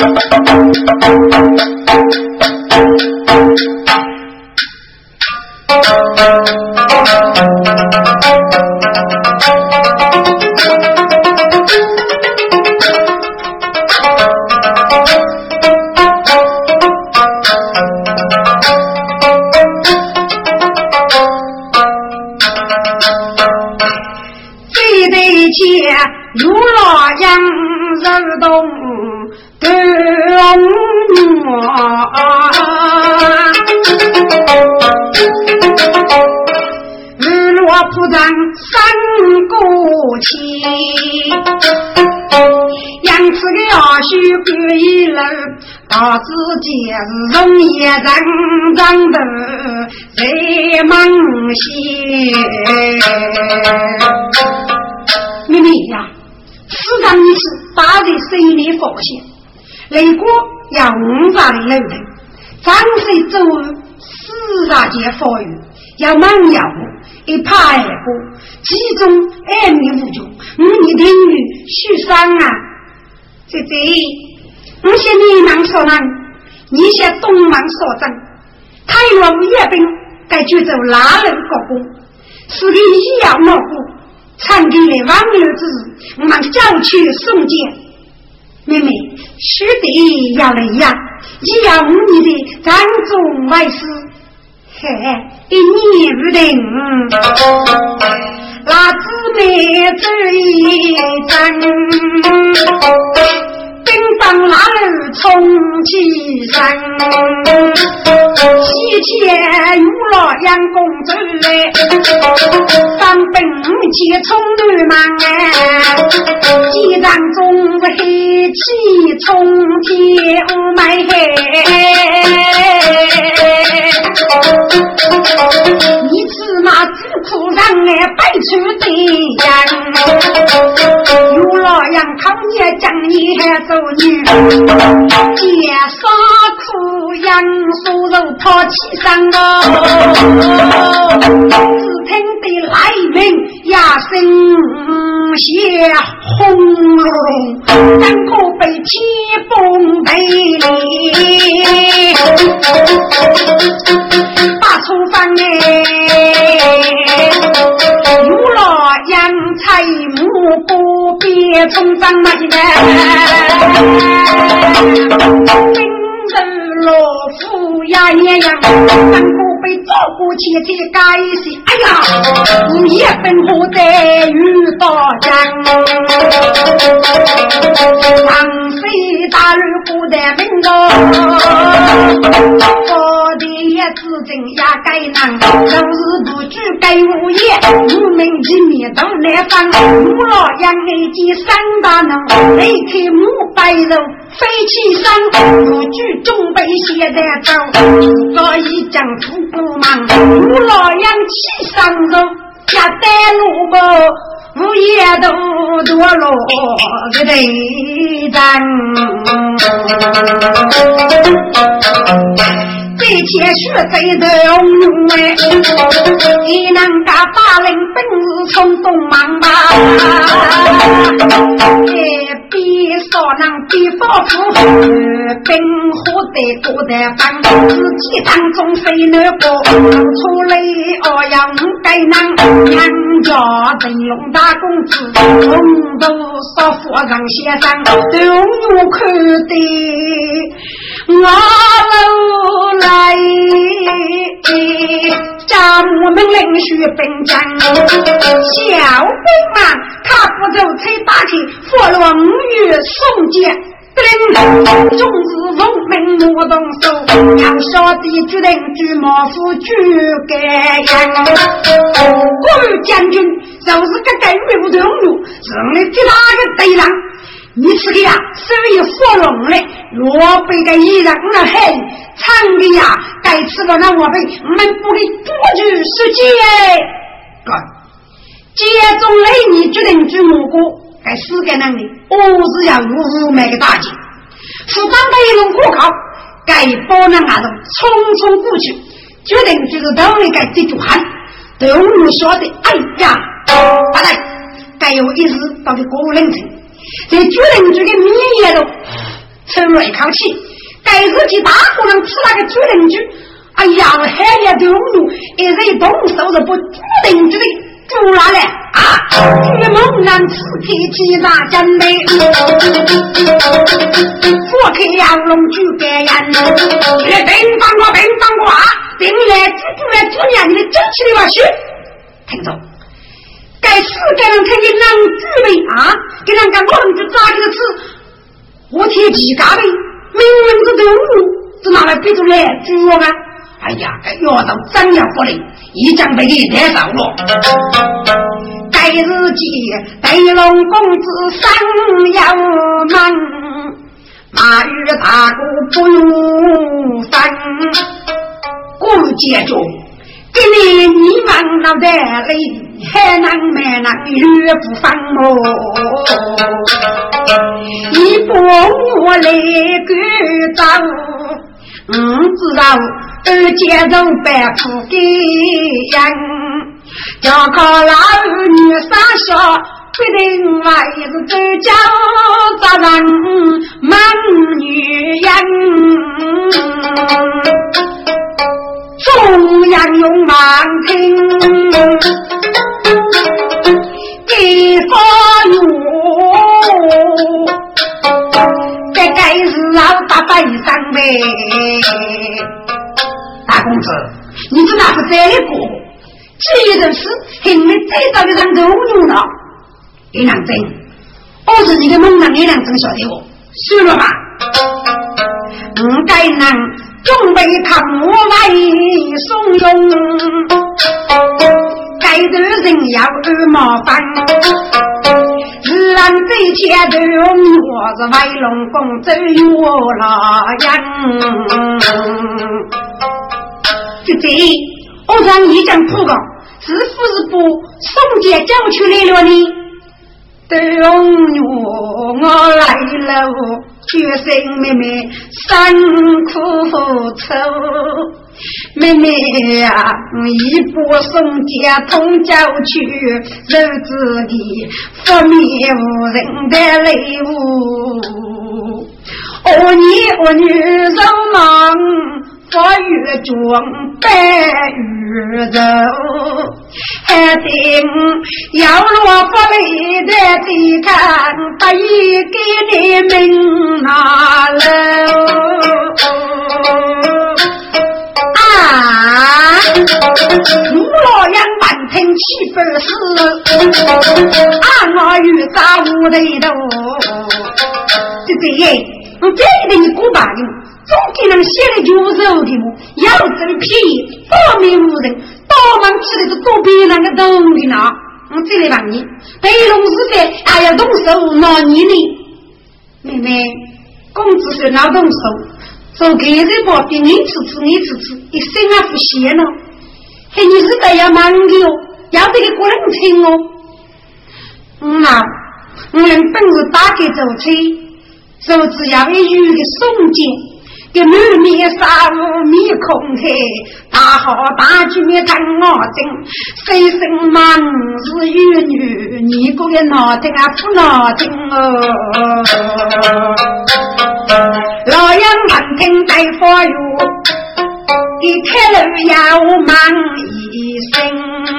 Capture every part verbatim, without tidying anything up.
如若让人动动日落铺张三股气杨子的二须归一楼到自己是容易人长的在梦西妹妹呀，市场一次打在心里发现雷国要五十的人人张水周四大节发育要忙要一怕二过其中二米无穷五米听语续伤啊姐姐我现你能说呢你些东忙所长太若无叶兵该去走拉人国公是个医药脑部参给了王流之日我们叫去送检妹妹须得要了一样也要你的张中外事嘿一年不定那姊妹这一张叮当那儿冲起身西前如落阳公主三本接冲女忙一张中黑气冲天埋你此马之苦让我摆出的样如落阳康也将你还走女解杀苦杨酥肉抛起上哦只听得来名呀声血轰隆张口被气崩背里把厨房哎如落阳菜木不别从张买的罗夫呀也呀能够被照顾起这该是哎呀你也本不得遇到人王妃大人不得命哦我的也自证呀该能都是不知该无业无名之灭都来放无老阳内及三大能雷开木白肉飞起山不惧中北写的走这一张图不忙无老阳气上肉下带路不无业都多落个对战这些学贼的用哎你能干把人本事冲动忙吧也比所能比佛夫本活得过得帮自己当中谁能过出来哦要该能看着灯笼大公子红豆说佛上先生都有可的我楼来家母们领续本战小兵嘛他不走才打起佛罗五月送剑中子风门无动手要说的决定举毛夫举给国将军就是个该瑞不动路是你第八个对上你是个呀身为佛龙嘞若被个依然那黑唱的呀该吃了那我被我们不给多举世界接中雷你决定举蘑菇该四个能力我是要如何买个大姐是当的一种过考该包能啊匆匆过去决定就是道理该这句话对我们说的哎呀把来该有意思到底国务人层在决定这个民业的抽了一口气，该日记大姑娘吃那个主人句，哎呀，海也都怒，一人动手的不主人句的住了嘞啊！玉梦然此刻气大将美，我可要龙举该人，来平方过平方过啊！顶来只住来主娘你的真气的话去，听着。该死该人可以让举备啊，给人家我们就抓这个字，我贴几嘎呗，明明是动物，这拿来背出来举我吗？哎呀，该要到张要不灵，一将被给带走了。该日记北龙公子上要忙，马玉大姑不如分，顾接住。给你你往脑袋里还能没能越不放我一波我来个走嗯知道二接受白富给人就靠老女傻笑决定外是走交杂人满女人中央用忙听给发怒该该是老大白上呗大公子你这哪是这里过这件事因为这道的人都用了一两针我是你的梦想一两针晓得我是了吧嗯该能准备看我来怂恿该的人要二麻烦自然这些都我是外龙公走有了人就这我让你讲铺个是不是不送姐叫去来了呢对我我来了决心妹妹三苦愁妹妹呀一波送姐同教去肉自己不灭无人的泪物哦你我女人忙我越装白越柔还定要落不累的地看把一给你命拿了啊五罗阳半天七分四啊我与杂物的头这这耶我这一点你古巴人总给人写的就是肉的么要这个屁多面无人多忙吃的是多别那个东西呢我这里帮你北龙是的还要动手拿你呢妹妹公子是劳动手手给这包比你吃吃你吃吃一生啊不歇呢嘿你是个要忙的哦要这个过人情哦嗯啊我们本是打给走车手只要一语的送件给满面杀无面孔黑大好大举面看我真谁生满是女女你个个脑袋啊不脑袋哦老杨满天带花油一开了要忙一生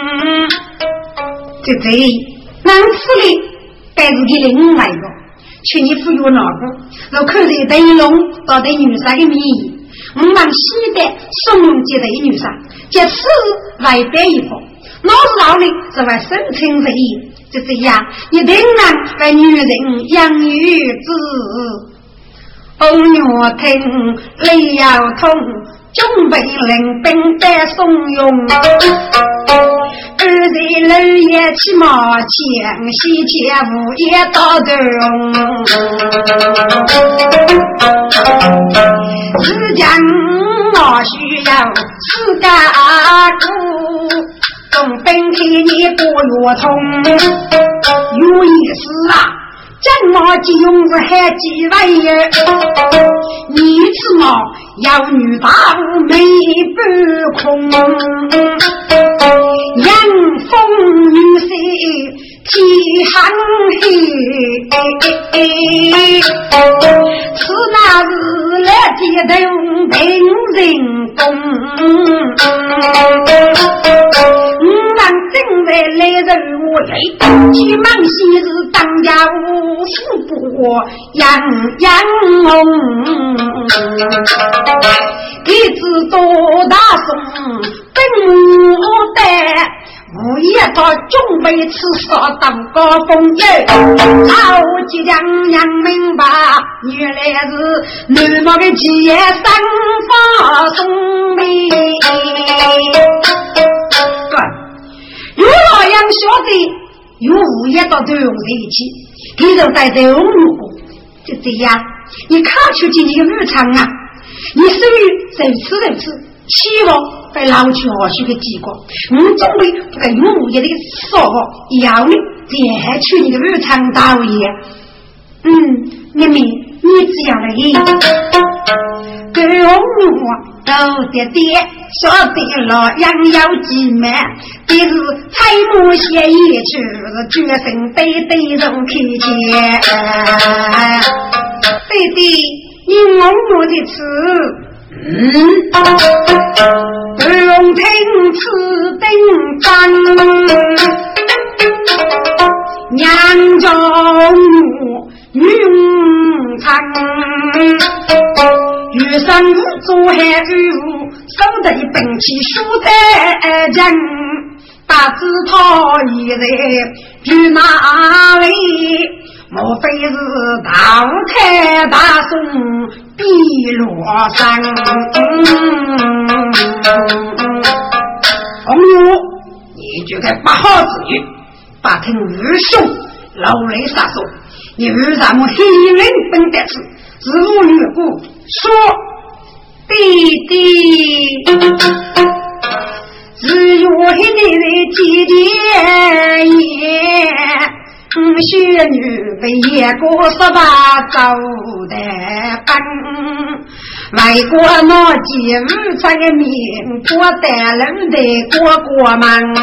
这这难死里该是给另外一个去你富有哪个我看着对龙到对女生的名义我们西的送龙接的女生这次外边一方老是老的是外生存着意就这样你仍然为女人养育子哦牛听泪要痛准备领兵带怂恿二日六夜起马前西前午夜到的只将我需要四个股总兵替你过月通有意思啊真毛几用子还几万元你此毛要女大没不空阳风女色天寒黑是那日来接头平人工，五郎正在来人我来，去忙昔日当家无福不杨杨红，一直多大松本无带。我也到准备吃烧当高风酒，老即将让明白，原来是女毛的企业三发送礼。如老杨晓得有五也到都用在一起，你就在这红路过，就这样，你看出去你个日常啊，你属于走吃走吃，希望。被老去何许的机构，我们总会不该用物业的说话，要你再去你的日常导演。嗯，妹妹，你只要来一，对我都得爹，说对了杨要几门，这是彩木写一曲，是决心对对人看见。弟弟，你问我的词。嗯，不用听此定章，娘中女长，余生做海雨，手得一本起书在讲，大知他一人去哪里？莫非是道台大宋碧落山？红友，你就该把好子女，把听愚兄老雷杀手，你为咱们黑人本的事，自无女故说弟弟，只有黑人姐姐也。雪女被野过十八走的奔，外国那几日这个民国带人的过过门，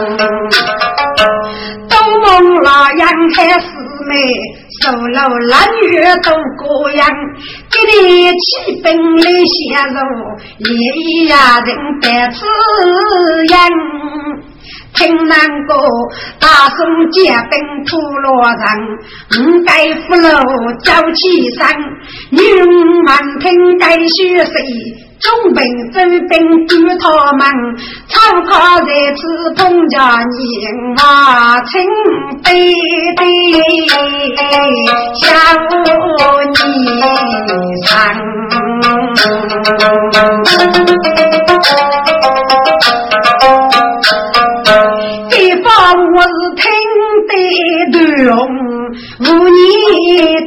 都梦了杨开四妹，手楼蓝月都过样，给你起本来写入，也呀人白字样。听南国大宋结兵吐罗人，五盖俘虏交起山，女满听该学谁，中兵征兵举他们，超靠在此碰着年华情悲悲，小你sang。我是听得懂无你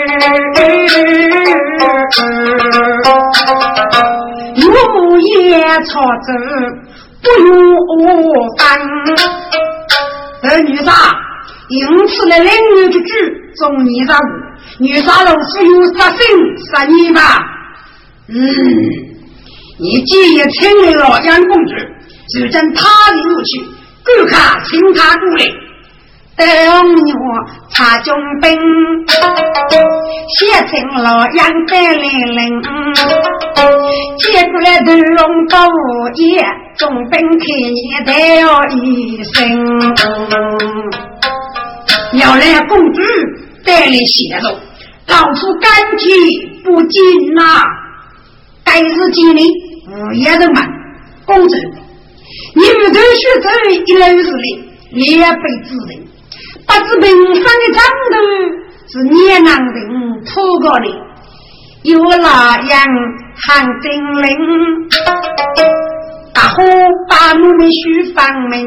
的有也错子不如翻而女杀因此了两女之句中你杀女杀老师有杀生杀你吧嗯你既也听了杨公主就将他的入去顾卡请他过来等我查中兵写成了杨在零零接过来的龙高也中兵看你得要一生要来公主带来写入老夫干脆不进呐该是经理我也能满公主你们都学这一楼子里两辈子人把这本上的长头是年长人拖过来有那样喊精灵大伙把我们须放明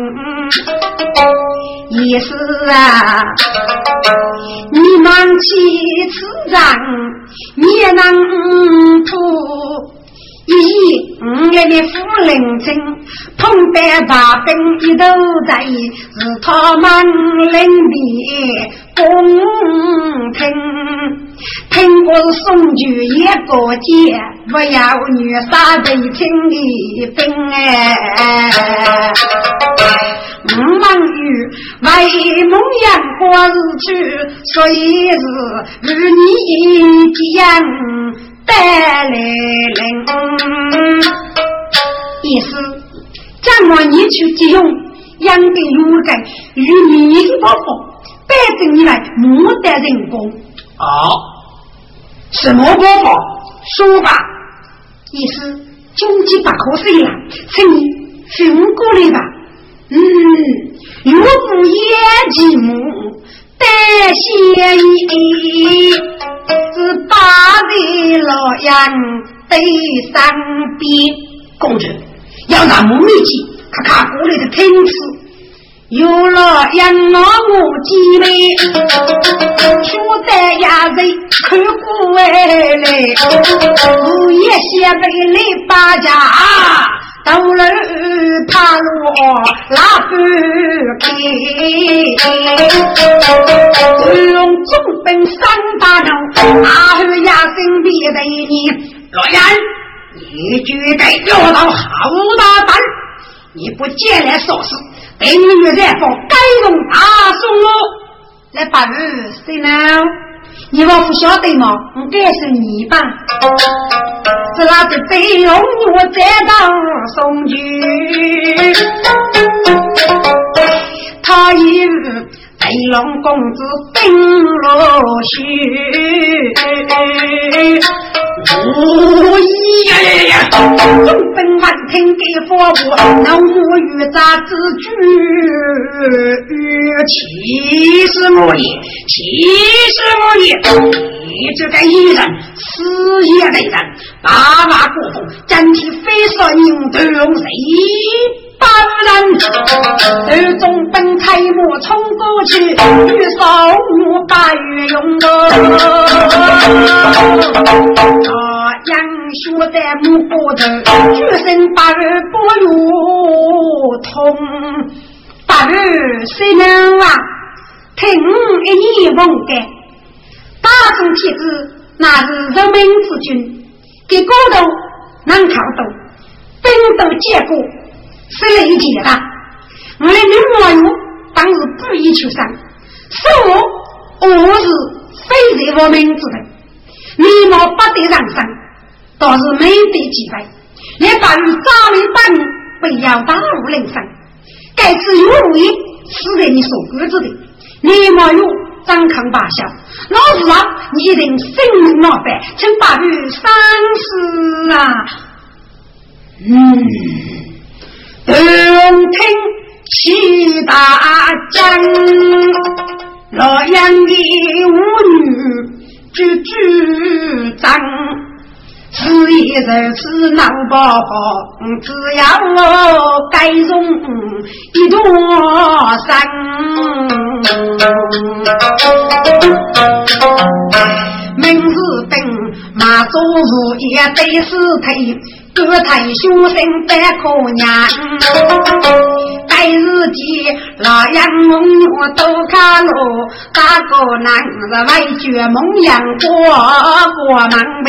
也是啊你忙起此长你也能吐一五年的夫人精碰白把兵一都在是他们领的公平听过宋举一个节不要女杀被听的兵哎忙于为梦阳过日去，所以是与你一样带来人。意思将我你去借用养的勇敢与民保护带着你来牡丹人工哦，什么保护说吧。 意思终极把口水了，请你醒过来吧。嗯，若不言继母带谢意，是八位老杨对上边。 公主要让母密集看看过来的听词， 有了养我我几位说的呀人可不为来午夜写为来八家到了他路拉不开用中本三大脑阿和呀身边的你老杨，你绝对要到好大胆，你不见来说事等于在放该用大松了来把日谁呢？你我不晓得吗？我该是你吧。是那个被用我再到送去，他以飞龙公子登落去。 哦呀呀呀呀！ 中本万听给佛母，能母与杂之句， 其实我也，其实我也，你这个艺人，死也的人，八马过风，整体非说用的用谁？当然，而中本开幕冲过去，与少母八月用的。杨学在木骨头，举身八日不如痛。八日谁能啊？听一年梦改，大众体制那是人民之君，给高头能靠斗，兵斗结果是理解的。我的女网友当时不宜求生，是我我是非在我们之人，你莫不得让生。倒是没得几百，也把与扎雷半被要打无人生，该次有为是给你所格子的，你莫有张康罢笑，老子啊，你一定生命冒犯，请把与三思啊！ 嗯，动听七大将，洛阳的舞女句句张。是一人是闹宝宝，只要我该用一朵山。明日等马祖如也得是腿，各台修身在可娘。该日记老杨梦我都看路，大个男子外绝梦阳过过门呗。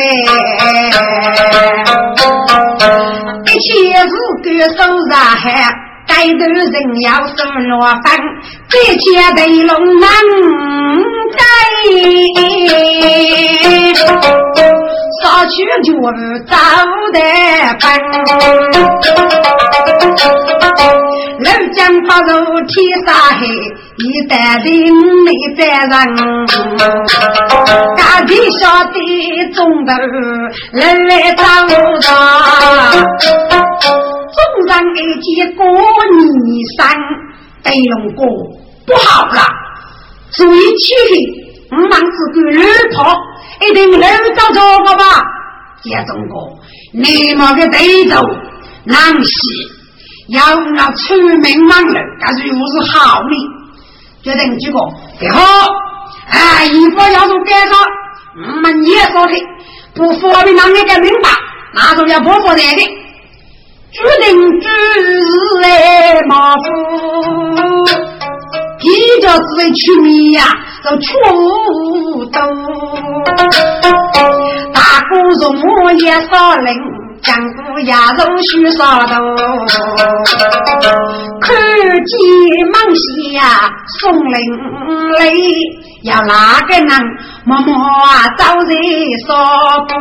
一切是个手上海，该头人要什么饭，这些对龙难该。少去就早得分，老江把肉提杀黑，一代人没在人，家里小的中头人来找着，中上一节过泥山，对龙哥不好了，所以去我们自个儿跑。一定能找着我吧，叶中国，你们的对手南西要那出名忙人，但是又是好的，决定这个最好，哎，一波要是改革，我们也说的，不符合那个明白，那就要不符合的，决定之日来马夫。一叫只为取名呀，都出都大姑肉末也少人，江湖鸭肉须少头，看急忙下送灵雷，要哪个人默默早日说不。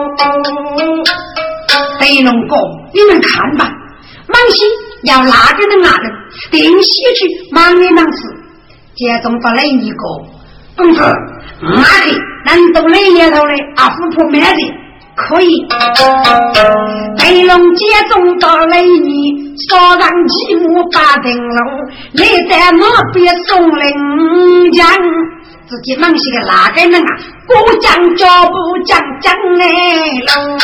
飞龙哥，你们看吧，忙西要哪个人哪人，定西去忙里忙死，接中不雷一个，公子，哪个难都雷也头嘞，阿夫婆没的。可以，飞龙接中到雷你，烧上积木八顶楼，你在那边送灵将，自己忙些个哪个人啊？过江脚步江江哎喽，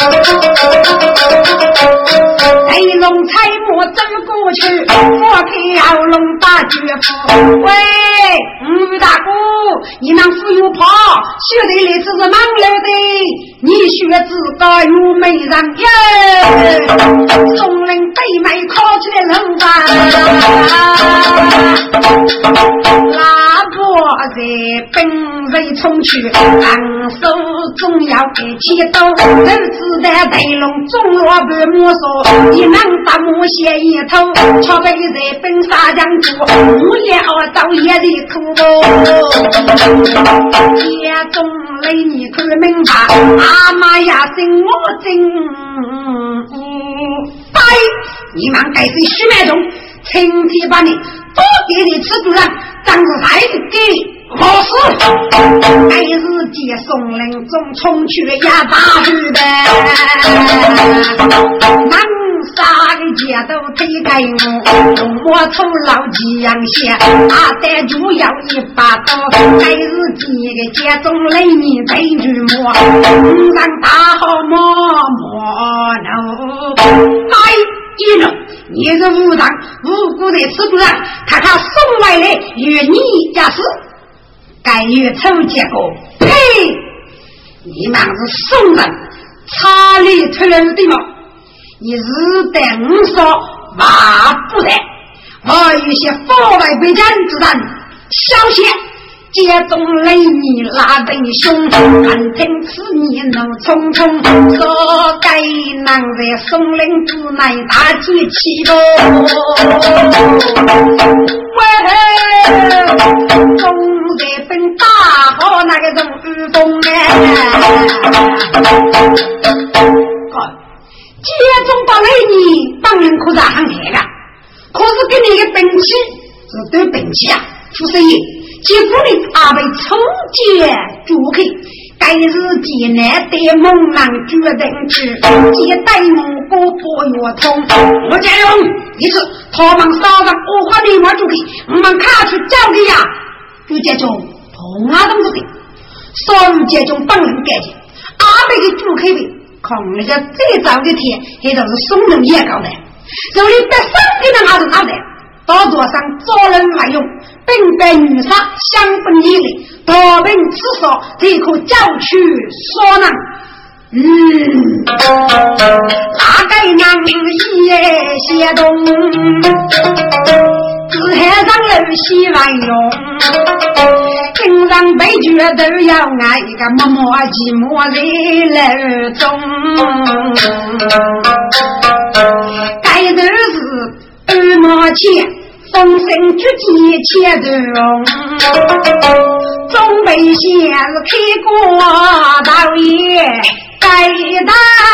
飞龙彩墨走过去，我给要龙大绝夫。喂，吴大哥，你那富有跑，学的里只是忙了的，你学自个有美人耶，送人北美考起来冷饭，拉波在本人冲去。昂首总要给起刀，都知道雷龙中罗不摸索，你能打摸些一头，朝北在本沙江住，五也二刀也得苦哦。也中雷你可明白，阿妈呀心我真拜，你们该是徐美中，请提把你多给你吃主人，当是孩子给你。我是还是接送人中冲去呀大去的能杀的街都推开我用我头老几样些阿带主要一把刀还是几个接送雷你在去摸让大好摸摸头哎一弄你是无当无辜的吃不上看他送来的与你家是该月抽结果，呸！你们是送人，差里推人的吗？你日得我说话不得，我有些法外为人之人，小些接中雷你拉得你凶，敢听此你能匆匆，说该能在松林之内打起气喽。喂，中这份大好那个种雨风哎，接中到雷你当然可是很黑的，可是跟你的本气是对本气啊，出生意结果你阿被抽结主客该是几年的梦郎决定去接待蒙古不约通我家用一次他们烧上五花里面主客我们看去交给呀就这种同啊东西所有这种本人感情阿被的主客的看人家最早的天也都是松人也搞的所以在上天的阿是好的到桌上做人来用并被女杀相分一类多病吃少这口教去说呢嗯大概男人也些东只还让人喜欢用经常被觉得要爱一个默默寂寞的人中该的是二毛钱风声之际切的容中北县是开过道也该大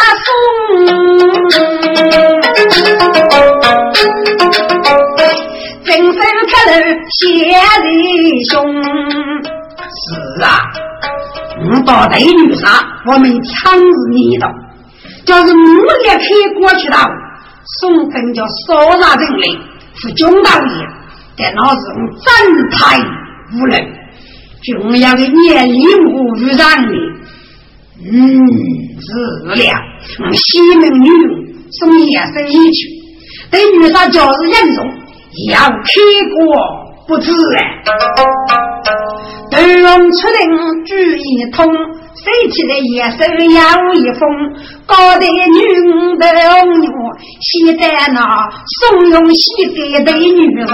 松真是看了血的凶是啊我到底女啥我们常日你的就是母也可以过去到送分叫烧杀人类是中道理但那是真太无人重要的年龄无与让你嗯是了西门女送野生一去对女杀就是严重要开过不自然对容出令举一通谁起的野生要一封高的女的女西在那怂恿西的的女人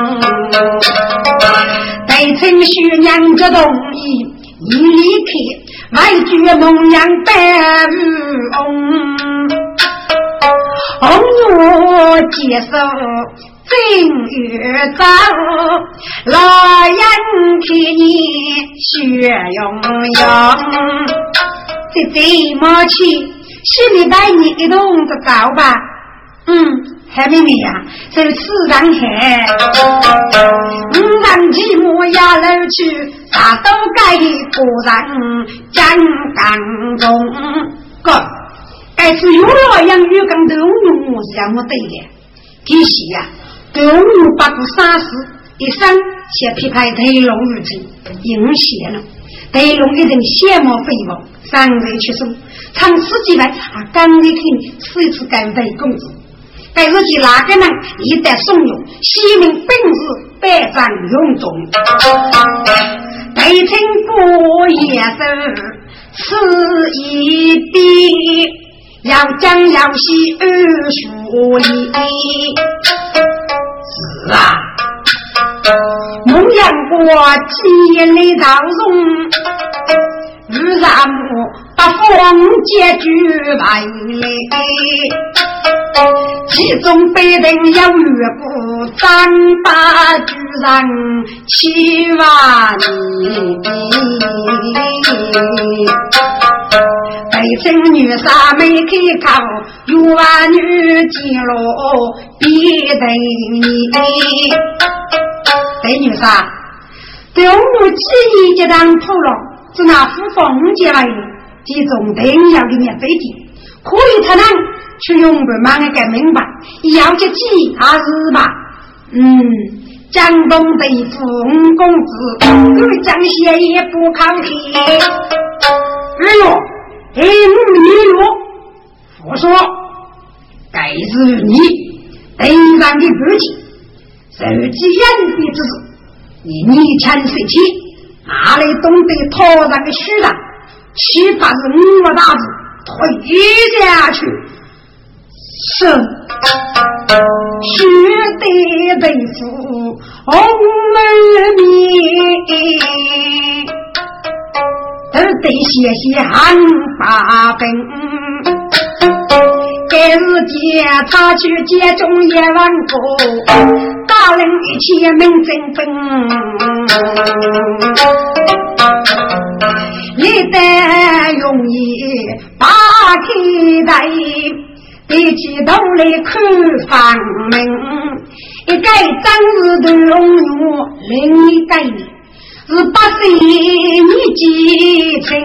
在程序娘着东西一离开外绝梦阳白日翁红我接受正月早，老人看你血涌涌，这这么去，心里带你一动着走吧。嗯，还妹妹呀，这是让海，嗯，让寂寞压楼去，啥都该果然江港中个，该是有了养鱼跟动物是让我对的，其实呀。动物把个杀死一生且批判台龙日子影血了台龙一人血毛飞毛三人去送长此几来啊刚一听四次干杯公子但是其哪个人一旦怂恿西明本事百丈勇中北城过夜生此一笔要将要西二数里是啊蒙阳国积累造容日然木把风结局来其中被人要越过张八居然七万北城女杀没开口有万女进入必等你北女杀对我们记忆就当破了只拿副风结来这种定要的免费的可以才能去用不忙的改明白要去记还是吧嗯江东的富公子对江西也不靠题哎呦哎你哟我说该是你对上的自己手机眼的之事你逆权随气哪里懂得拖上个虚的七八是五大子推下去是须得对付红儿面都得写写汉八本该日接他去接中也万过大人一起门正本一旦容易把替代比起头来看方门一改张日的荣辱另一改是八岁你继承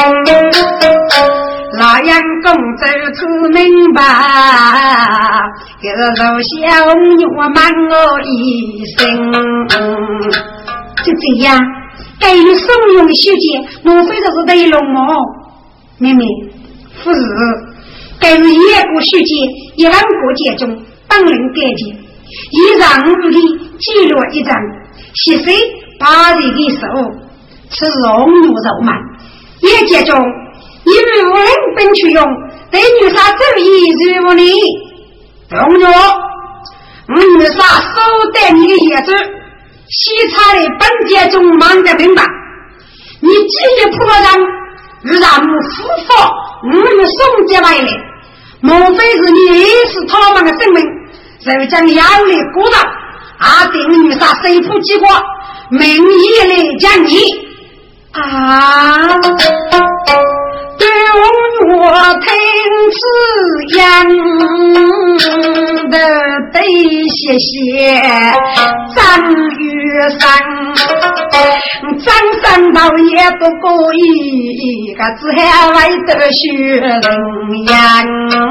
老杨公走出明白给了小女我满我一生就这样该有松用的世界莫非这是对龙哦妹妹不是该有夜国世界一万国界中当人改界一张日历记录一张是谁把这个手是荣辱肉满业界中因为无人本去用对女杀这一日无理荣辱女杀收带你的叶子西差的本界中忙的明白你既也破让日然母夫妇无有送接来了莫非是你是他们的生命就将压力鼓捣啊定女杀谁负机关名义来讲你啊对我听此样的得谢谢张玉山张三道也不过一个字还外的学人样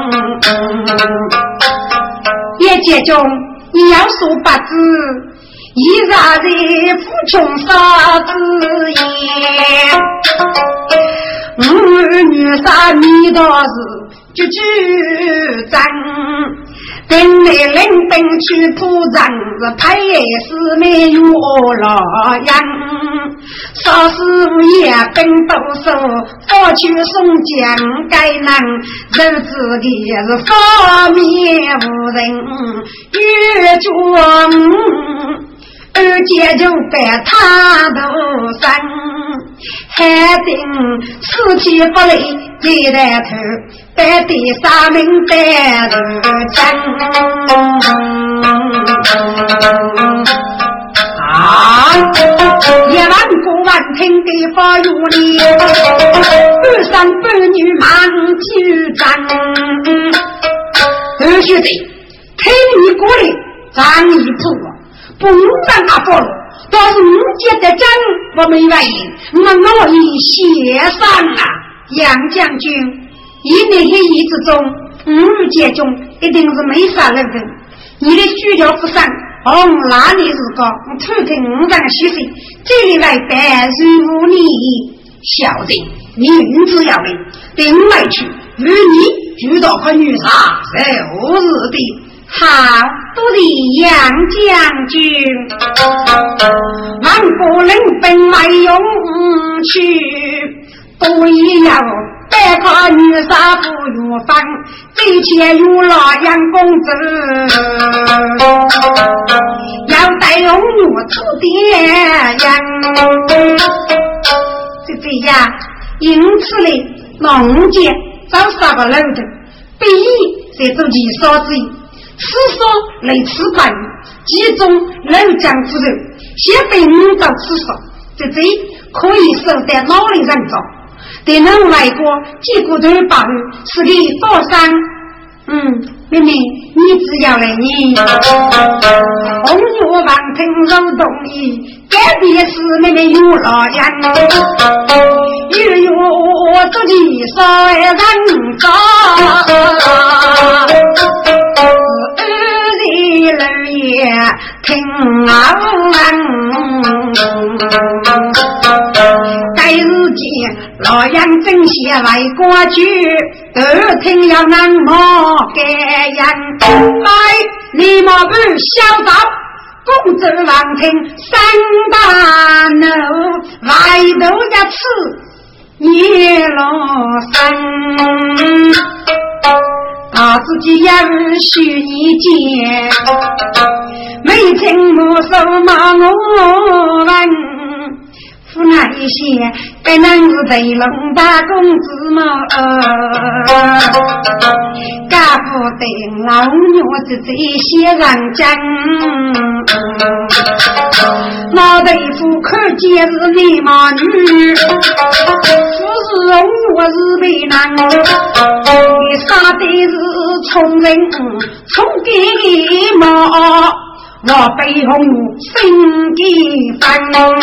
业界中你要说八字一杀的富穷杀子也五女杀你倒是就去战等你领兵去铺战是派是没有了样少时也兵都手过去送将该难日子里是方面无人越中而且就被他都生还定四气不离一代头在第三名带着将啊！一万个万听的发如你，二三百女忙去战。二兄弟，听你过来，张一铺，不让他放了。倒是你觉得真我没原因，那我已写上啊，杨将军，以你的意之中，五日节中一定是没啥人分。你的需求不上，哦，哪里是个偷听五张虚岁，这里来白日你小人，你名字要领，顶来去与你遇到个女杀，是日的。好多的杨将军，万不能本来勇去，都要白发女杀不如方，这些有了杨公子，要带龙女出点杨。就这样，因此呢，农家找三个老的，比喻在做几少之一。此说类似关于其中老将之人先被五到此说，这这可以受在脑里人造，对人外国结果都保护是给多伤。嗯，妹妹，你只要来你红月王听柔动意，改变是妹妹有老人，又有我自己少人造。二爷听啊待日间老杨正写来过去，耳听要难莫给人来，你莫不晓得公子王听三大怒，来头家吃叶落山，他自己也许你见，没听我说嘛我问，夫那一些该能是对龙大公子嘛，家不得老娘子这些人讲，老对夫可见是你妈女，不是龙我是为难，你杀的是从人从给嘛，我背后心给翻。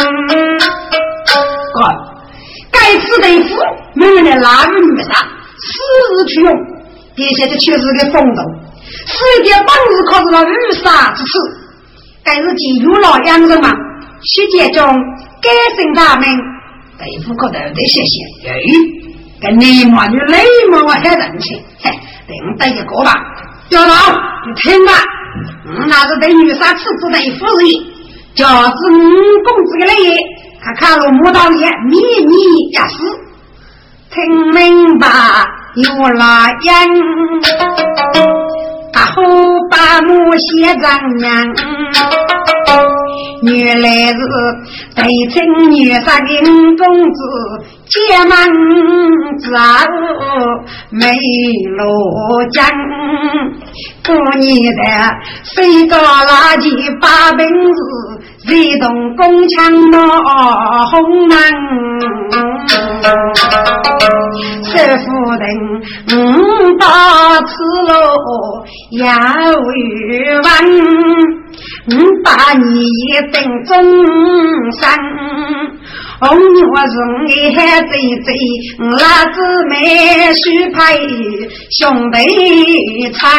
该次对付没有人拉入女杀，私日去用，这些就确实个风斗。世界本日可是了日杀之次，该是基于老洋人嘛，世界中改正他们对付可得得谢谢。哎，跟你嘛你雷嘛我还人情，嘿，等待一个吧。小老，你听吧，嗯，那是对女杀次子对付而已，就是五公子的雷。他看了磨刀也秘密假死，听明白有了眼，他后把母写张娘，原来是对称女杀的公子结满子没落江，过年的谁着垃圾把本子谁动工枪闹红门，师傅人五把此路要鱼弯，五把你一定终身，红我人还贼贼，老子没许配兄弟唱，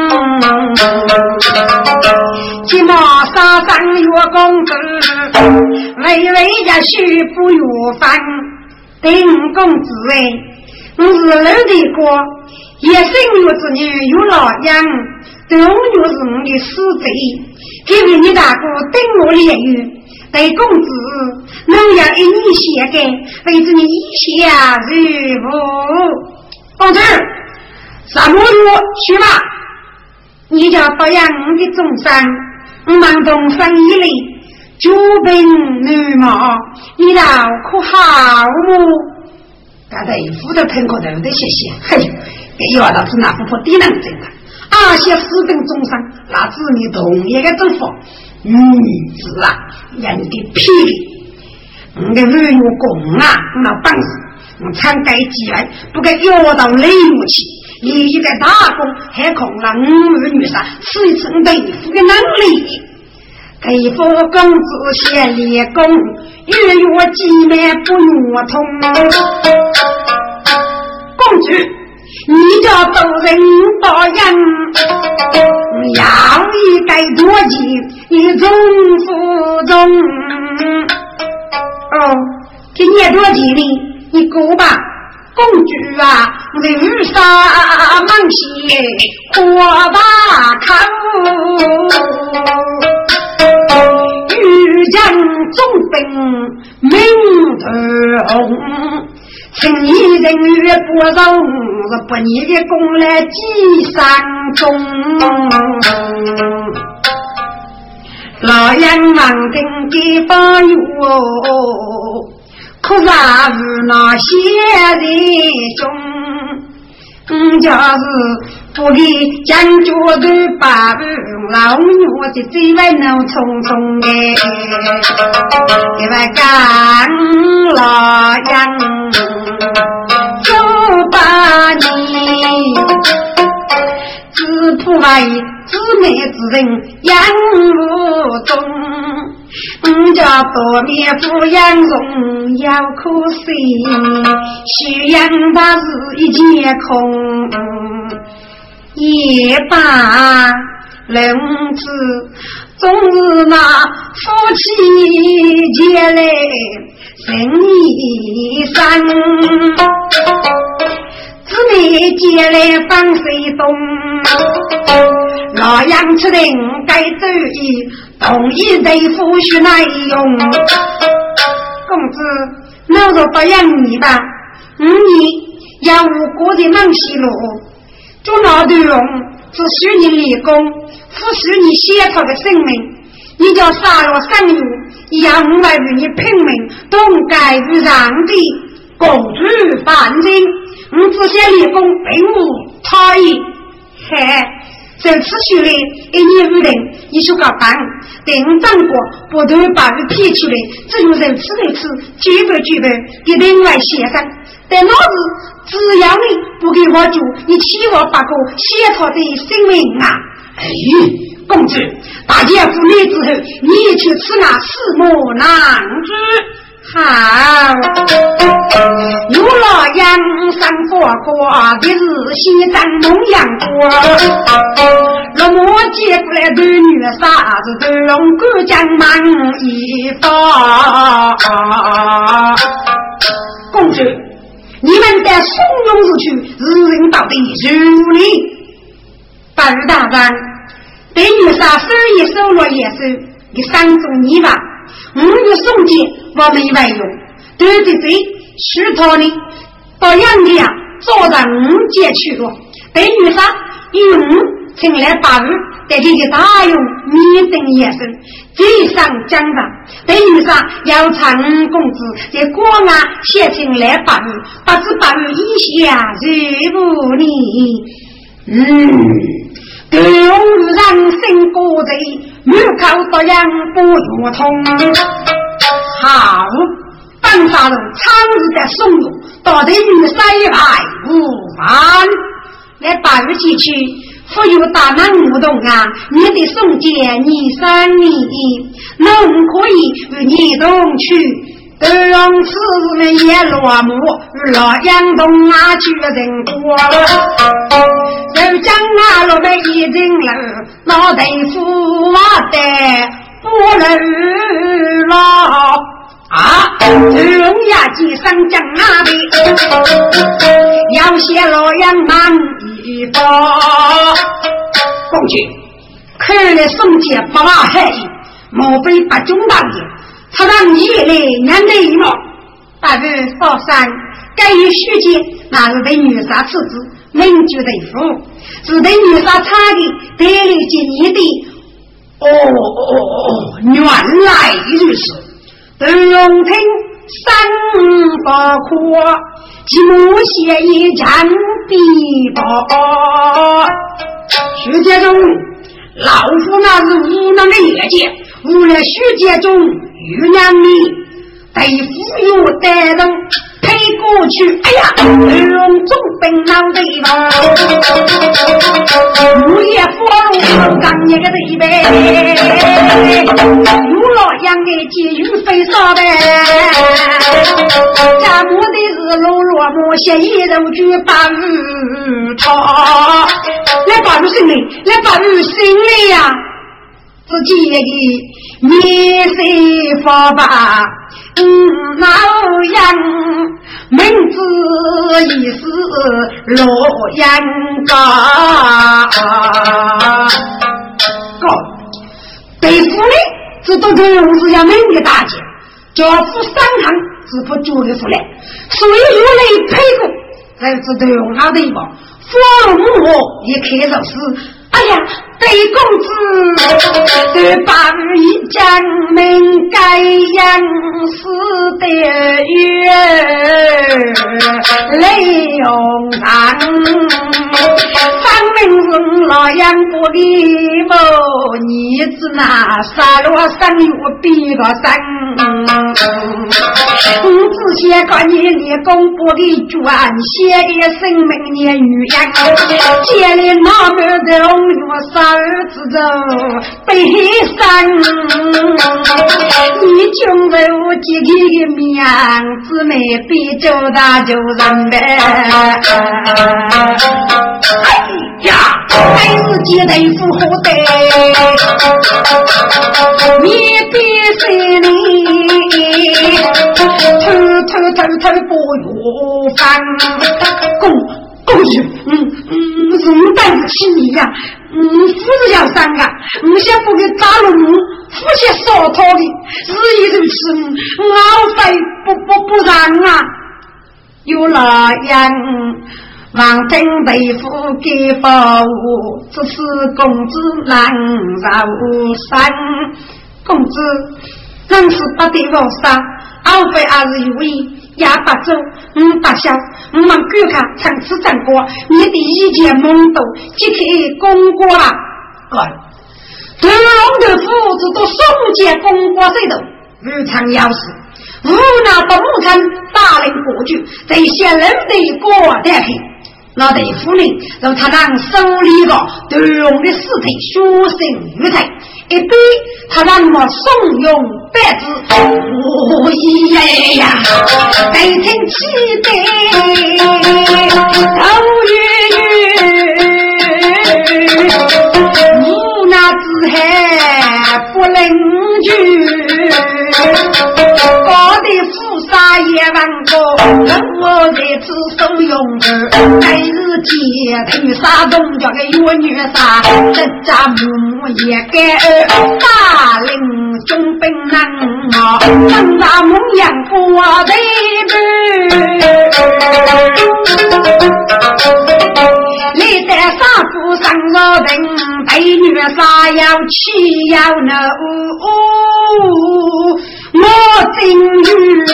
起码杀上月公子，微微家许不有饭，丁公子哎，我是老的过，也生我子女有老样，对我就是我的死贼，给为你大哥等我炼狱。对公子能要一你写给为着你一下如何公子什么路去吧，你叫保养的众生我们东山一类九本女毛你倒可好么刚才一副都听过的谢谢嘿给要到是那不破低能真的二些私等中上，那子你同一个政府女子啊，人的霹雳，你的日月公啊，那办事，我参改几来，不该要到雷武器，你一个大公还恐了五儿女杀，此一次对付的能力。给夫公子写立功，月月鸡妹不约通。公主，你这都人多人，要一该多急，一种负重。哦，今年多急呢？你go吧。公主啊，我日杀忙些火把口。欲将重兵明头红，请你人月不容，不你的功来记上中。老杨忙跟地方有，可啥是那些人中。嗯，就是不给将军的把路，老牛的最外能匆匆的，因为干老杨走把你，自仆外自美之人养无中。嗯，家多面不养容要苦心，需养他是一切空，也罢人子终日那夫妻结来生意上，姊妹结来放水东，老杨吃人该注意，同意对夫婿来用。公子，那就不养你吧，嗯，你要无国的忙西路，做老的用，只许你立功，不许你协调的生命。你叫杀了三友，也五百与你拼命，东改与让的公主反正，我只想立功并无他意。嘿，这次学来一年五人，你就搞办，等张国不都把人撇出来，只有人吃来吃，举不举不给另外写上。但老子只要你不给我做，你欺我八个协调的生命啊！哎，公主，大家赴内之后，你去吃那四母男子。好，有老杨上火锅的是西藏蒙阳锅，若我接过来的女傻子都用过江忙一发。公主，你们在怂恿之区，日人到底如你八日大战对女傻手一手落也是给三种泥巴，五个送件我们外用，对对对，石头呢到样的呀，做上五件去了，对女傻用请来八日在这里大用米等也是最上讲的，对女傻要长公子在国外写请来八日，八至八日以下如不你嗯对让生国贼没靠到样不如通。好，办法了长日的怂恿到底女杀一排无烦来八日几去富有大难无动啊，你的送件你三你能可以与你同去，都让此人也落幕，老杨东啊去人多就将那老妹一定了脑袋夫啊的不能了啊，龙牙记上将那里要写老杨满一包公举看了宋姐不拉黑莫非把中大爷他让你来难得一毛大日少山该于虚界那是对女杀次子名就得服只对女杀差的得了几年的哦哦哦原来如此德容听三包括其母写一张地包徐阶中，老夫那是无能的业界，无了徐阶中与娘你得服有带人陪过去，哎呀，龙中本脑的吧，木叶佛龙刚一个对呗，有老杨的基于飞烧的，家母的是罗罗木写一肉举八日朝，来八日心里，来八日心里呀，自己的灭谁佛吧。嗯，老杨名字已是洛阳高，高对付呢，这都是是要名的大姐，教父三行只不住的出来，所以如来配过，才知道用他的一把，佛母也开手是。哎呀，对公子对八日一将门该样死的月雷勇长三名是老杨过的某你子那沙罗山有比个山我自写个你你公布的转写的生命年语言接连那么的我三儿子走北山你穷为我几个名姊妹比就大就人呗哎呀还是记得复活的你比谁你偷偷偷偷不有饭公公主嗯嗯容带不起你呀嗯夫子要三个我想不给打了我夫妻所托的日一如此我非不不不让啊有了样望听北府给保护这是公子难绕山公子真是不得我杀傲非二日有意也不走嗯不笑我们观看长此战国你的一切懵懂即可攻过了对对龙的父子都送接攻过谁的日常要事无那不木看大领国剧在先人的国代品那得夫人让他让手里的对龙的尸体修身于台一对他让我怂恿白子哦耶呀在天气的头月无那之海不能去我的富杀也万个让我在此手用儿在日节等杀动叫个有女杀这家母母也该大领中兵难啊让大梦养活的你在杀父上老人被女杀要气要呢我真于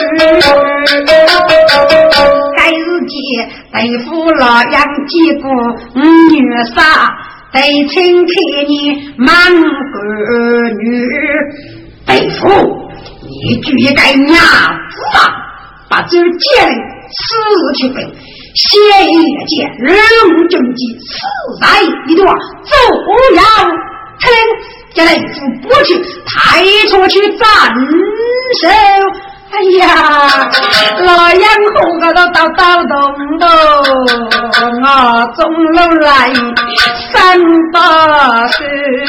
该日节对付老杨几个女杀得请看你满个女对付你举该娘子啊把这剑刺去分写一件人军机刺在一段走要听将来副过去抬出去斩首哎呀老杨红个都到到东东我中楼来三八十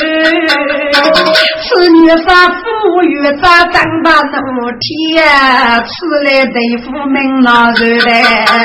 此女杀富裕杀长把奴天此来对付明老人的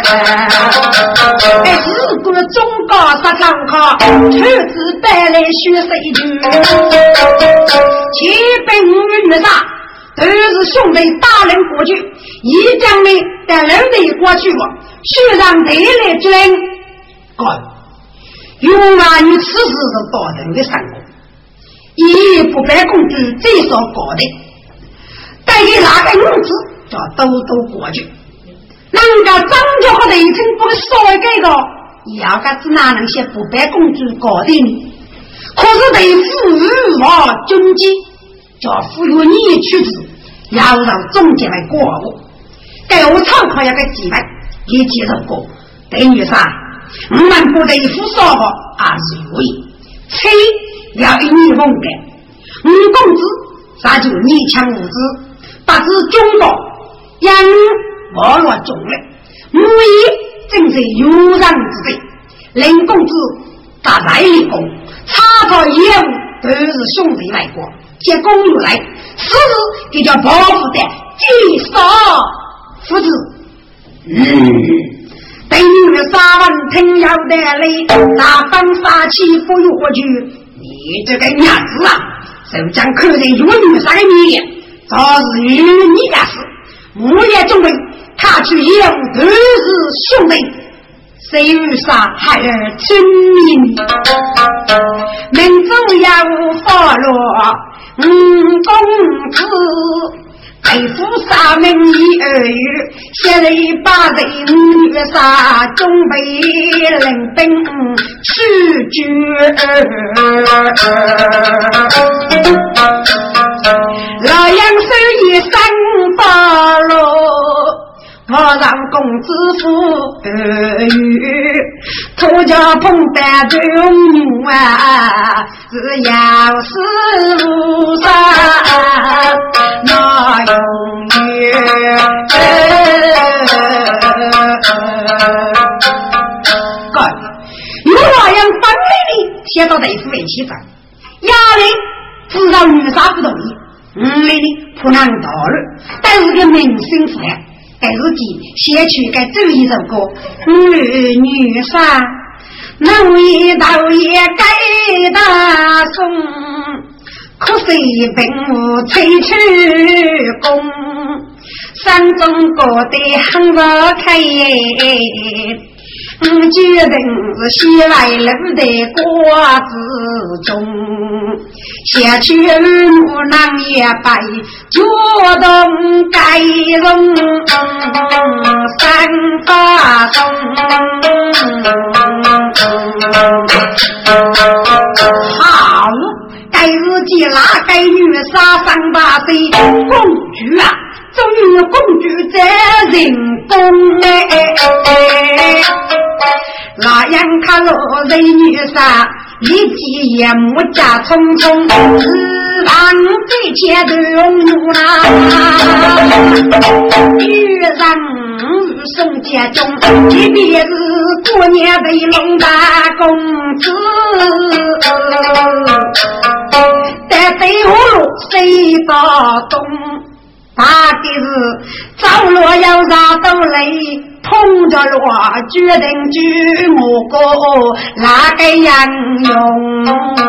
哎如果中高杀上考出自带来学谁句七本女杀都是兄弟大人过去一将呢在人的过去了是让得来之人干用完于此事是道德的三国一不白公主最所搞的带给哪个女子叫兜兜过去那个张家和的一层不说这个要个只哪能些不白公主搞定你？可是对付与我军机，就赋予你去子，要让中间来过我。给我参考一个机会，也接受过。等于啥？我们不对付说话啊是有意，妻要一你风格，五公子啥就你强无知，不知中国养网络中了，母一正是有让之辈，林公子打来立功，查到业务都是兄弟来过，接公路来，此时给叫保护的祭扫夫子。嗯。对于沙文听要的嘞，大方杀气不如我去。你这个娘子啊，手将客人有女杀的你，这是与你的事。木叶中尉，他去业务都是兄弟，谁与杀孩儿亲民？民众要发落，五公子。背负杀名一二语，现在把人女杀，准备领兵去决。老杨手一三八路，我让公子负二语，土家碰得中女啊，只要是路上那永远。各位，如老杨本领写到对付为其上，压力知道女杀不同意，嗯嘞呢不能道路，但是个明星出来。该自己写曲该这一首歌，女女杀，能为道也该大宋，可惜并无吹去功，山中国的很不开我决定是西来路的瓜子中，下去无能也白，主动改容三发中。好，该日记拉该女杀三八岁公主啊，终于公主这人工哎，那样看落人女杀，立即也木家匆匆，日郎最切的荣辱啦，女人送家中，一别是过年的龙大公子，在北湖路谁到东？大的是早落要杀都雷，碰着落决定举木过哪个杨勇，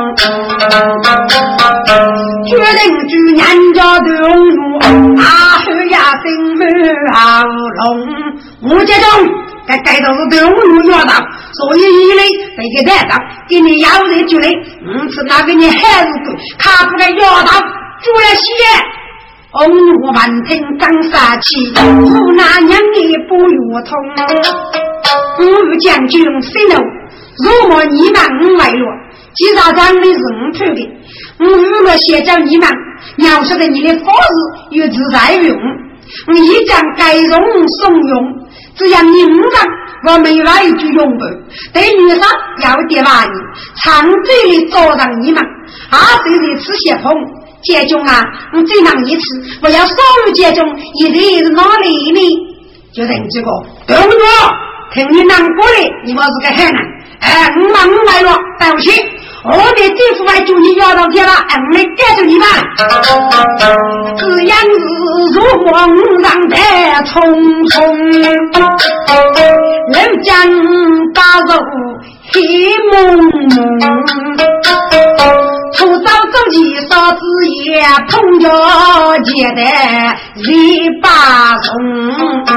决定举年家的荣辱，阿是呀心门好龙，我这种该该都是荣辱要到，所以一类被给带到，给你要的就来，嗯，是那个你孩子他不该要到，出来写。ông我满天刚杀气，不拿娘也不如通。我将军谁能？如果你们来了，至少咱们是唔出的。我如果写将你们，描述的你的方式与自在用，我一将改容怂恿，只要你们让我们来就用不。对女生要点话你，长嘴里招让你们，啊，谁谁吃血碰。接中啊，我最难一次，我要所有接中，一定是哪里呢？就等这个，对不对？听你难过的，你我是个海南，哎，我忙来了，对不起，我的政府来祝你要到天了，哎，我们带着你吧。这样子如梦让的匆匆，人间大肉黑蒙蒙。出早走起烧子也碰着结的一把松，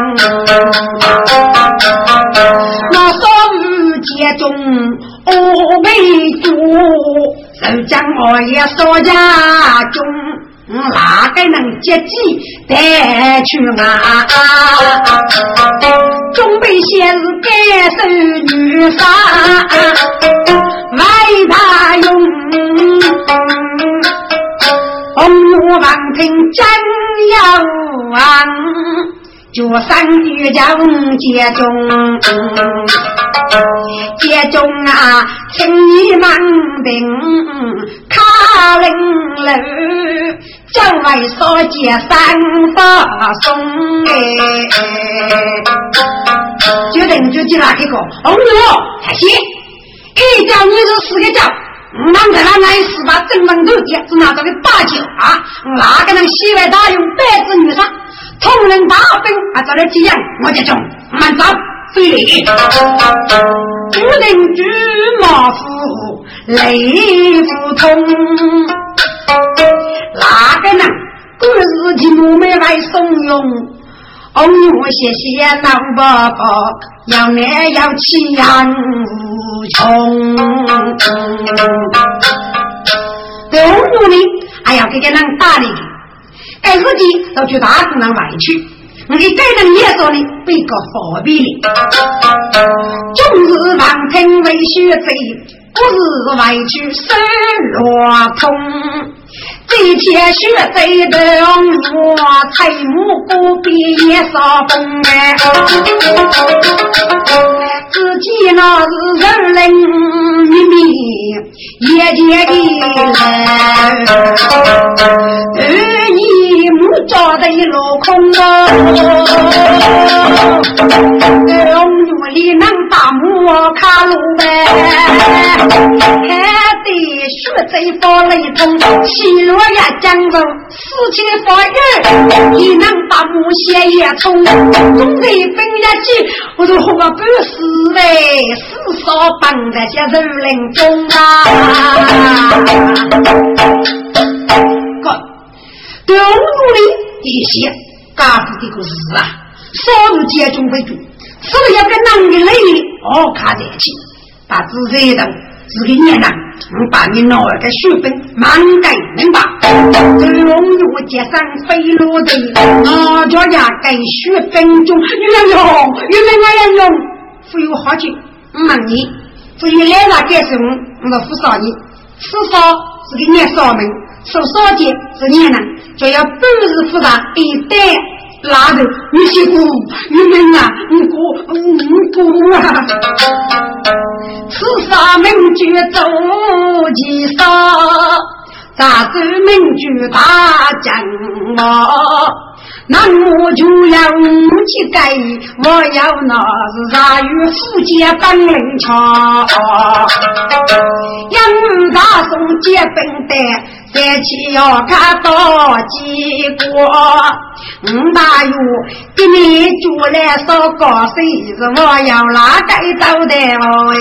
那烧鱼结中我为主，手将我也烧家中， 哪个能接济带去啊？准备些是该手女杀，外大用红罗王庭真要王，就三女将接中接中啊，请你忙定卡铃楼，将来所接三发送哎，决定就进来一个红牛还行，一叫你是四个叫。忙在那来十八正门头接是拿这个大酒啊，哪个能西外大用百子女上同人大分啊，找来几样我就中慢走非礼不能举马夫雷不通，哪个能故事题目没来怂恿哦我谢谢老伯伯要来要起养无穷对我努力还要给个人打理该自己都去打工人外去你该人也说你被个何必哩终日望听为学贼不是外去生罗通这些学贼的我才目不必也扫风哎自己那是人人秘密也结的来而你目照的一路空哦努力能把木卡路呗还得学贼发雷通西罗呀江州四千发日你能把木鞋也冲总得分下去我说我不是嘞四少帮在些人人中啊哥对我努力一些告诉这个事啊所有接中为主是不是要跟男的累哦卡在一起把自己的自己念呢把你脑儿的血分满改明白这龙我接上飞路的那叫呀改血分中越用越没人用富有好久问你富有来了干什么我不少你吃少是个念少门受少节是念呢就要半日复杂一代拉的你是姑你们啊你姑你姑啊此啥名句走几少咋子名句大讲我那我就要去改我要那是啥与福建本领强杨大松接本的在起要看到结果五大有给你煮来烧高水是我要哪改到的哦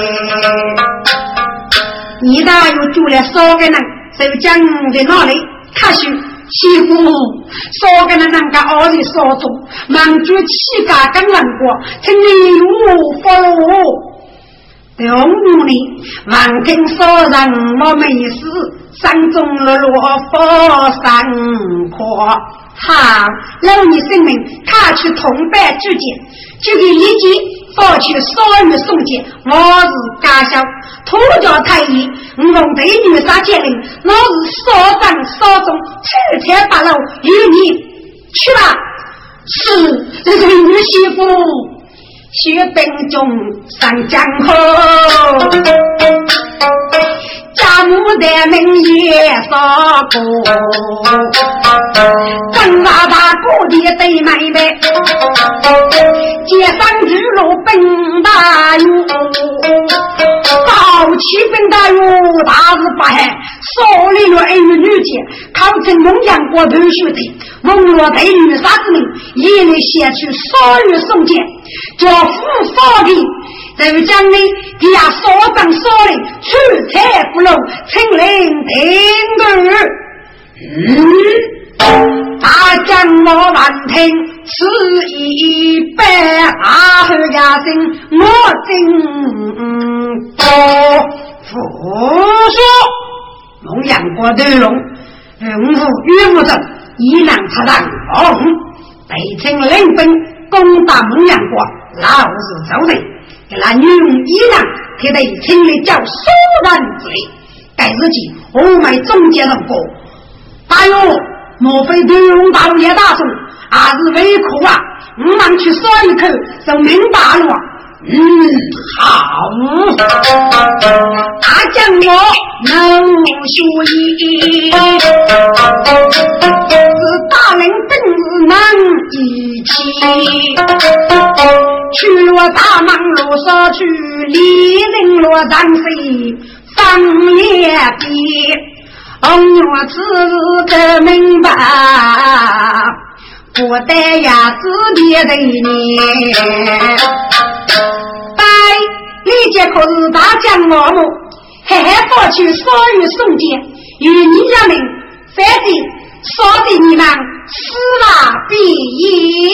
你大有煮来烧个呢就将在那里看书西湖烧个呢那个儿子烧中满足气嘎跟人过请你如佛对我努力望听说人我没事山中落落佛山坡好老你生命他去同伴之间就给一级放去少女送节我是家乡土脚太医我对女杀界灵我是少长少中七天八路与你去吧是这是女媳妇血本中上江河家母的名也说过正大大过的对妹妹街上之路奔大路好气奔大路大是发现手里了儿女姐考成龙阳国头学的蒙罗对女杀之名一律写去少女送件做父发的在于将来给他所长所领出彩不漏清零定儿嗯大将我完听此一百大和家心我真多福说龙阳国的龙五府岳母者依然插上红，北清领兵攻打蒙阳国，老是走人，给那女依然贴得清理叫苏然之类，该自己我们中间的过。哎呦，莫非对龙大陆也大众，还是为苦啊？我们去说一口就明白了。嗯，好，他讲我能学艺，是大人本事能一起，去了大忙路上去，离人落张水放也比，我自个明白，不得呀自别的你。理解可是大将我们嘿嘿过去所有送件与你家们反正说的你们死了必一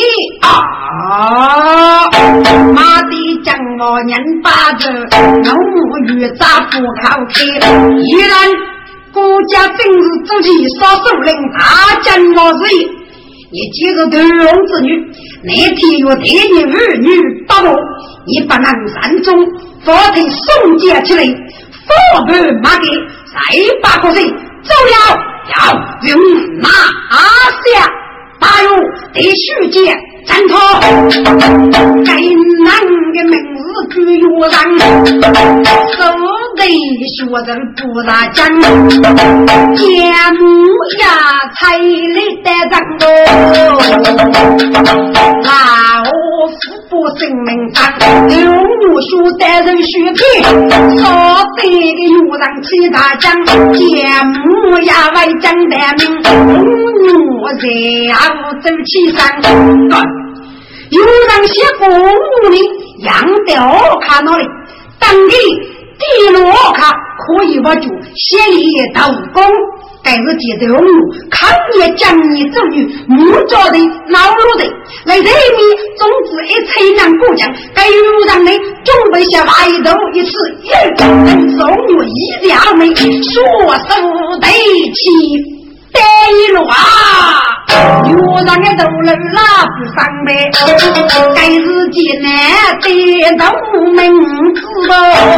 啊马的将我人把着老母与杂不靠开依然国家政治主席所首领大将我是你接着对龙子女那天有对你儿女把我一把南山中佛腿送接起来佛不马给再把口水走了要用拿下大有得续接战头该男的名字居有人手得学人不大讲节目呀才力的战斗老夫不生命上有无数的人学皮所得的有人其他讲节目呀外讲的名我要走起上有人写公务里养掉卡那里当地地落卡可以我就写里刀工该是记得用抗也将你赠予木着的老路的来人民总之一才能过奖该有人呢准备下来头一次也能送我一两枚说手得起得一路啊有人的都能拉不上的该是艰难得到名字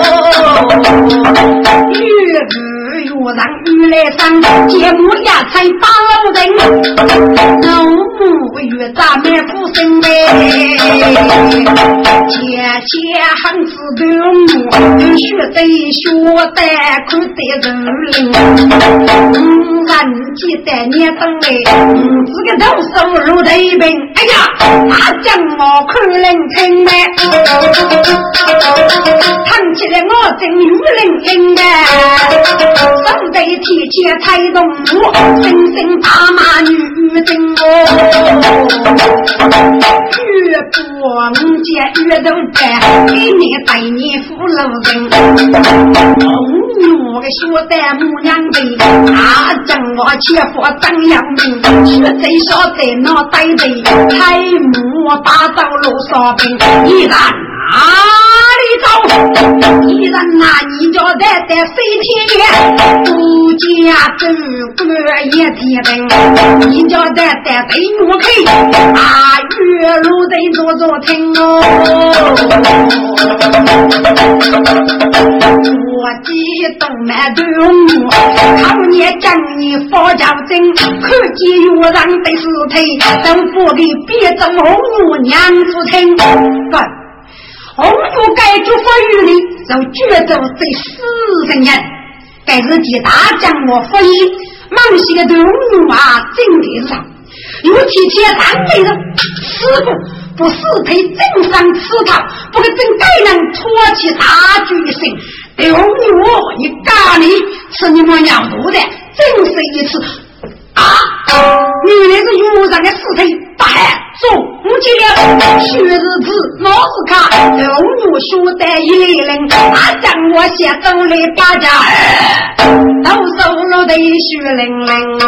哦越日有人越来上节目呀才包人农牧越大面不生的切切行子的母学得学得苦得人灵嗯然记得你等嘞这个都收入的一本哎呀他将我可能听的看起来我真有灵灵的手得提切才动我声声大骂女真我越过门街越都在给你带你扶路人我个说的母娘的他将我切佛当阳明学贼说贼脑袋的太母八道路说病依然哪里走依然那你就在在飞天也不家这个也铁定你就在在飞我开啊月路得做做听哦我激动来对我看你将你佛教经科技有人的尸体都不给别种红牛娘子听对红牛该就法律里就觉得这四十年该自己大将我福音忙些的红牛啊真的上尤其切单位的师傅不是陪正上吃他不可真该能托起大举性红牛你咖喱是你们要读的真是一次啊你那个有人的尸体白做不记了学日子老是看红牛说的一类人他将我写走了八家都收了的血淋淋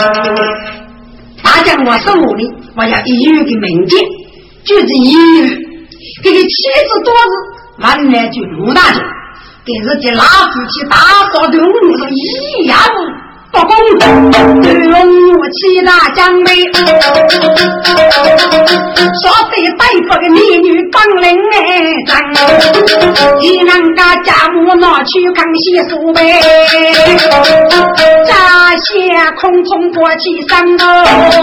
他将我收里我要一月的名节就是一月给个七十多日完了就卢大就给自己拉出去打扫的红牛说一呀不公对我七大将妹说对大夫的美女帮领哎一能把家母拿去康熙苏呗扎下空中过起山头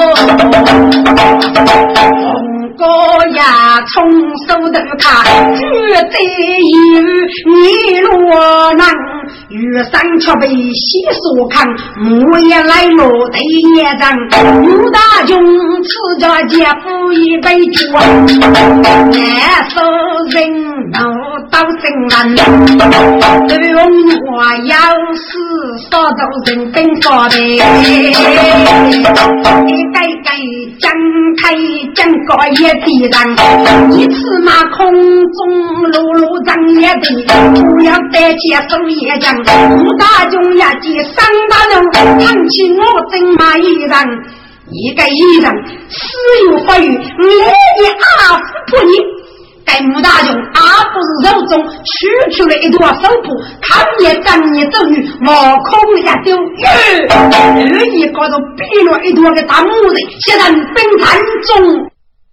红哥呀从手的卡绝对有你若能与三桥被洗所看母也来落的业障武大雄吃着姐夫一杯酒也手人脑到生难对我要是说到人跟说的一改改张开张个也地上一次马空中路路张也的不要带接手也讲武大雄也接三大人看清我真马一人一个一人私有法语你也阿夫不你该武大雄阿不是手中取出了一朵手谱看也张也咒语我空也丢而一个都逼了一朵的大木子现在兵坛中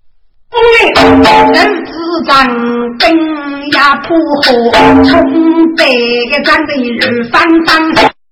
人之长兵呀扑火从北个战的日方当